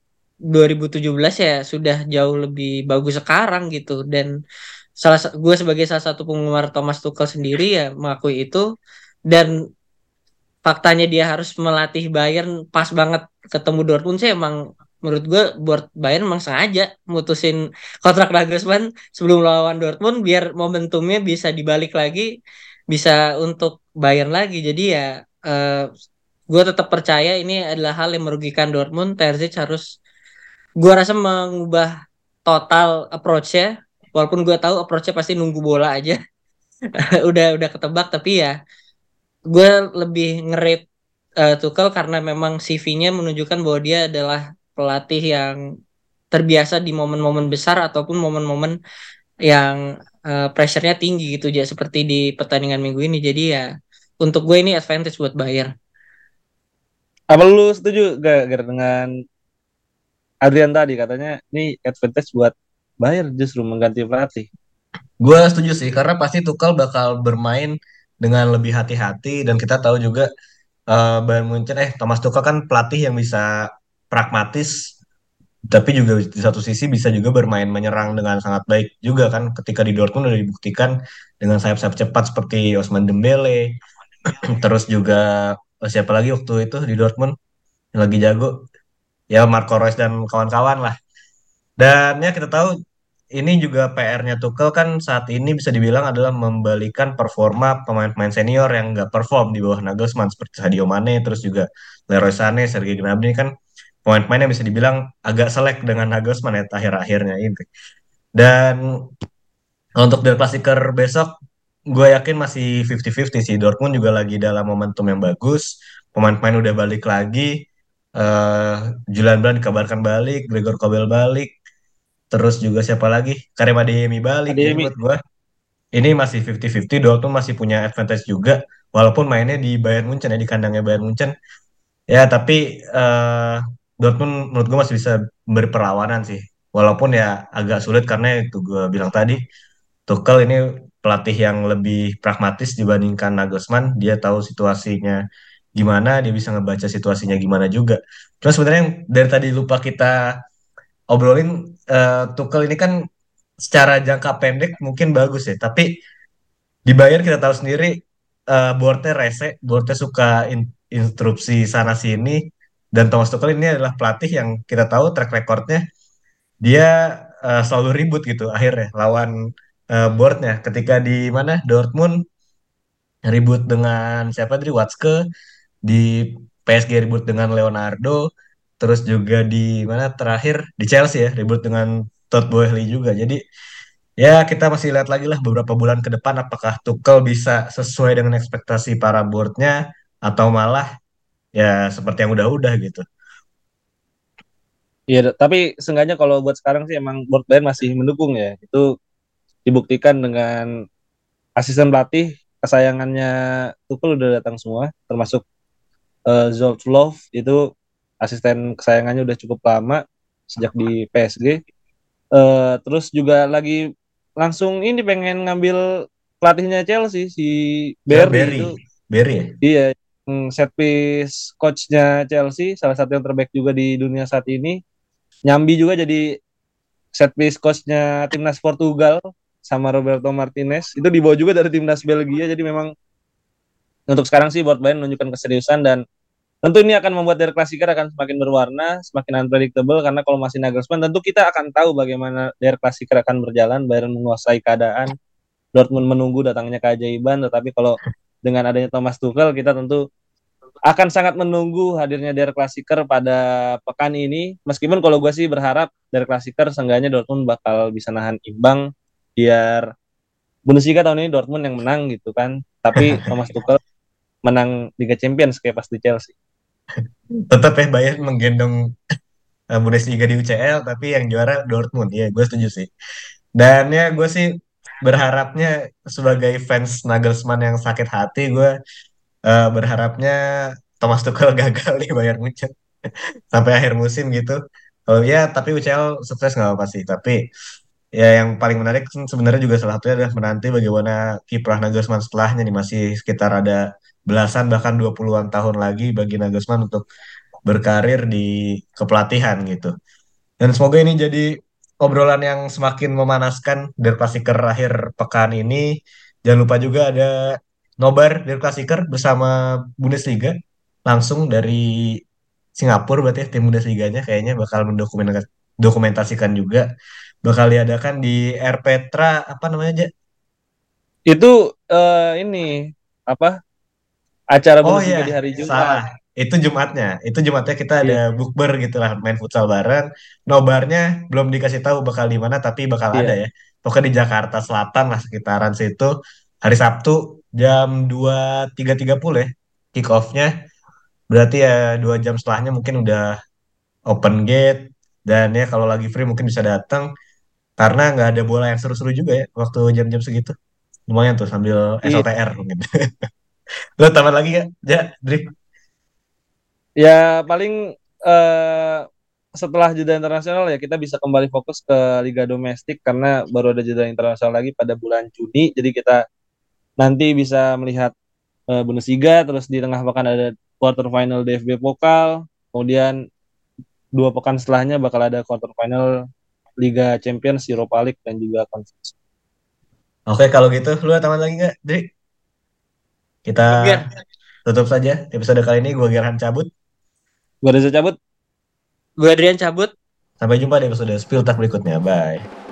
2017 ya sudah jauh lebih bagus sekarang gitu. Dan gue sebagai salah satu penggemar Thomas Tuchel sendiri ya mengakui itu. Dan faktanya dia harus melatih Bayern pas banget ketemu Dortmund sih, emang menurut gue buat Bayern emang sengaja mutusin kontrak Nagelsmann sebelum lawan Dortmund biar momentumnya bisa dibalik lagi, bisa untuk Bayern lagi. Jadi ya gue tetap percaya ini adalah hal yang merugikan Dortmund. Terzic harus, gue rasa, mengubah total approach-nya, walaupun gue tahu approach-nya pasti nunggu bola aja. udah ketebak, tapi ya gue lebih ngerate Tuchel karena memang CV-nya menunjukkan bahwa dia adalah pelatih yang terbiasa di momen-momen besar ataupun momen-momen yang pressure-nya tinggi gitu ya, seperti di pertandingan minggu ini. Jadi ya untuk gue ini advantage buat Bayern. Apa lu setuju gak dengan Adrian tadi katanya ini advantage buat Bayern justru mengganti pelatih? Gue setuju sih karena pasti Tuchel bakal bermain dengan lebih hati-hati dan kita tahu juga Bayern Munchen Thomas Tuchel kan pelatih yang bisa pragmatis tapi juga di satu sisi bisa juga bermain menyerang dengan sangat baik juga kan ketika di Dortmund udah dibuktikan dengan sayap-sayap cepat seperti Ousmane Dembele, terus juga siapa lagi waktu itu di Dortmund yang lagi jago ya Marco Reus dan kawan-kawan lah. Dan ya kita tahu ini juga PR-nya Tuchel kan saat ini bisa dibilang adalah membalikan performa pemain-pemain senior yang nggak perform di bawah Nagelsmann seperti Sadio Mane, terus juga Leroy Sané, Sergei Gnabry ini kan pemain-pemain yang bisa dibilang agak selek dengan Nagelsmann ya akhir-akhirnya ini. Dan untuk Der Klassiker besok, gue yakin masih 50-50 sih. Dortmund juga lagi dalam momentum yang bagus. Pemain-pemain udah balik lagi. eh Julian Brand dikabarkan balik, Gregor Kobel balik. Terus juga siapa lagi? Karim Adeyemi balik. Jadi Ademi. menurut gue ini masih 50-50. Dortmund masih punya advantage juga. Walaupun mainnya di Bayern Munchen ya, di kandangnya Bayern Munchen. Ya, tapi Dortmund menurut gue masih bisa beri perlawanan sih. Walaupun ya agak sulit karena itu gue bilang tadi, Tuchel ini pelatih yang lebih pragmatis dibandingkan Nagelsmann. Dia tahu situasinya gimana, dia bisa ngebaca situasinya gimana juga. Terus sebenarnya yang dari tadi lupa kita obrolin, Tuchel ini kan secara jangka pendek mungkin bagus ya, tapi di Bayern kita tahu sendiri boardnya rese, boardnya suka instruksi sana sini, dan Thomas Tuchel ini adalah pelatih yang kita tahu track recordnya dia selalu ribut gitu akhirnya lawan boardnya. Ketika di mana Dortmund ribut dengan siapa tadi Watzke, di PSG ribut dengan Leonardo, terus juga di mana terakhir di Chelsea ya ribut dengan Todd Boehly juga. Jadi ya kita masih lihat lagi lah beberapa bulan ke depan apakah Tuchel bisa sesuai dengan ekspektasi para boardnya atau malah ya seperti yang udah-udah gitu. Iya, tapi seenggaknya kalau buat sekarang sih emang board Bayern masih mendukung ya. Itu dibuktikan dengan asisten pelatih kesayangannya Tuchel udah datang semua, termasuk Zoltflov itu asisten kesayangannya udah cukup lama sejak di PSG. Terus juga lagi langsung ini pengen ngambil pelatihnya Chelsea si Saya Berry itu. Berry, Berry ya. Iya, set piece coachnya Chelsea, salah satu yang terbaik juga di dunia saat ini. Nyambi juga jadi set piece coachnya timnas Portugal sama Roberto Martinez. Itu dibawa juga dari timnas Belgia. Jadi memang untuk sekarang sih buat Bayern menunjukkan keseriusan dan tentu ini akan membuat Der Klassiker akan semakin berwarna, semakin unpredictable karena kalau masih Nagelsmann tentu kita akan tahu bagaimana Der Klassiker akan berjalan. Bayern menguasai keadaan, Dortmund menunggu datangnya keajaiban, tetapi kalau dengan adanya Thomas Tuchel kita tentu akan sangat menunggu hadirnya Der Klassiker pada pekan ini. Meskipun kalau gue sih berharap Der Klassiker seenggaknya Dortmund bakal bisa nahan imbang biar Bundesliga tahun ini Dortmund yang menang gitu kan. Tapi Thomas Tuchel menang Liga Champions kayak pas di Chelsea. Tetap ya Bayern menggendong Bundesliga di UCL tapi yang juara Dortmund. Ya, gue setuju sih. Dan ya gue sih berharapnya sebagai fans Nagelsmann yang sakit hati, gue berharapnya Thomas Tuchel gagal di Bayern Munchen sampai akhir musim gitu. Kalau ya tapi UCL sukses nggak apa-apa sih. Tapi ya yang paling menarik sebenarnya juga salah satunya adalah menanti bagaimana kiprah Nagelsmann setelahnya nih masih sekitar ada belasan bahkan 20-an tahun lagi bagi Nagelsmann untuk berkarir di kepelatihan gitu. Dan semoga ini jadi obrolan yang semakin memanaskan Der Klasiker akhir pekan ini. Jangan lupa juga ada nobar Der Klasiker bersama Bundesliga langsung dari Singapura berarti ya, tim Bundesliganya kayaknya bakal mendokumentasikan juga bakal diadakan di R Petra apa namanya aja. Itu ini apa acara Oh iya, Bundesliga di hari salah. Jumat. Itu Jumatnya. Itu Jumatnya kita ada Iya, bukber gitu lah, main futsal bareng. Nobarnya belum dikasih tahu bakal di mana, tapi bakal ada iya. ya. Pokoknya di Jakarta Selatan lah sekitaran situ. Hari Sabtu jam 23.30 ya. Kick off-nya. Berarti ya 2 jam setelahnya mungkin udah open gate. Dan ya kalau lagi free mungkin bisa datang. Karena nggak ada bola yang seru-seru juga ya waktu jam-jam segitu. Lumayan tuh sambil Iya. SLTR mungkin. Lo tambah lagi ya? Ja, Dri? Ya paling eh, setelah jeda internasional ya kita bisa kembali fokus ke liga domestik karena baru ada jeda internasional lagi pada bulan Juni. Jadi kita nanti bisa melihat Bundesliga, terus di tengah pekan ada quarter final DFB Pokal, kemudian 2 pekan setelahnya bakal ada quarter final Liga Champions, Europa League dan juga Conference. Oke, kalau gitu, lu ada tambahan lagi nggak, Dri? Kita Oke, tutup saja episode kali ini. Gue Gerhan cabut. Gue Reza cabut. gue Adrian cabut. Sampai jumpa di episode Spill Talk berikutnya. Bye.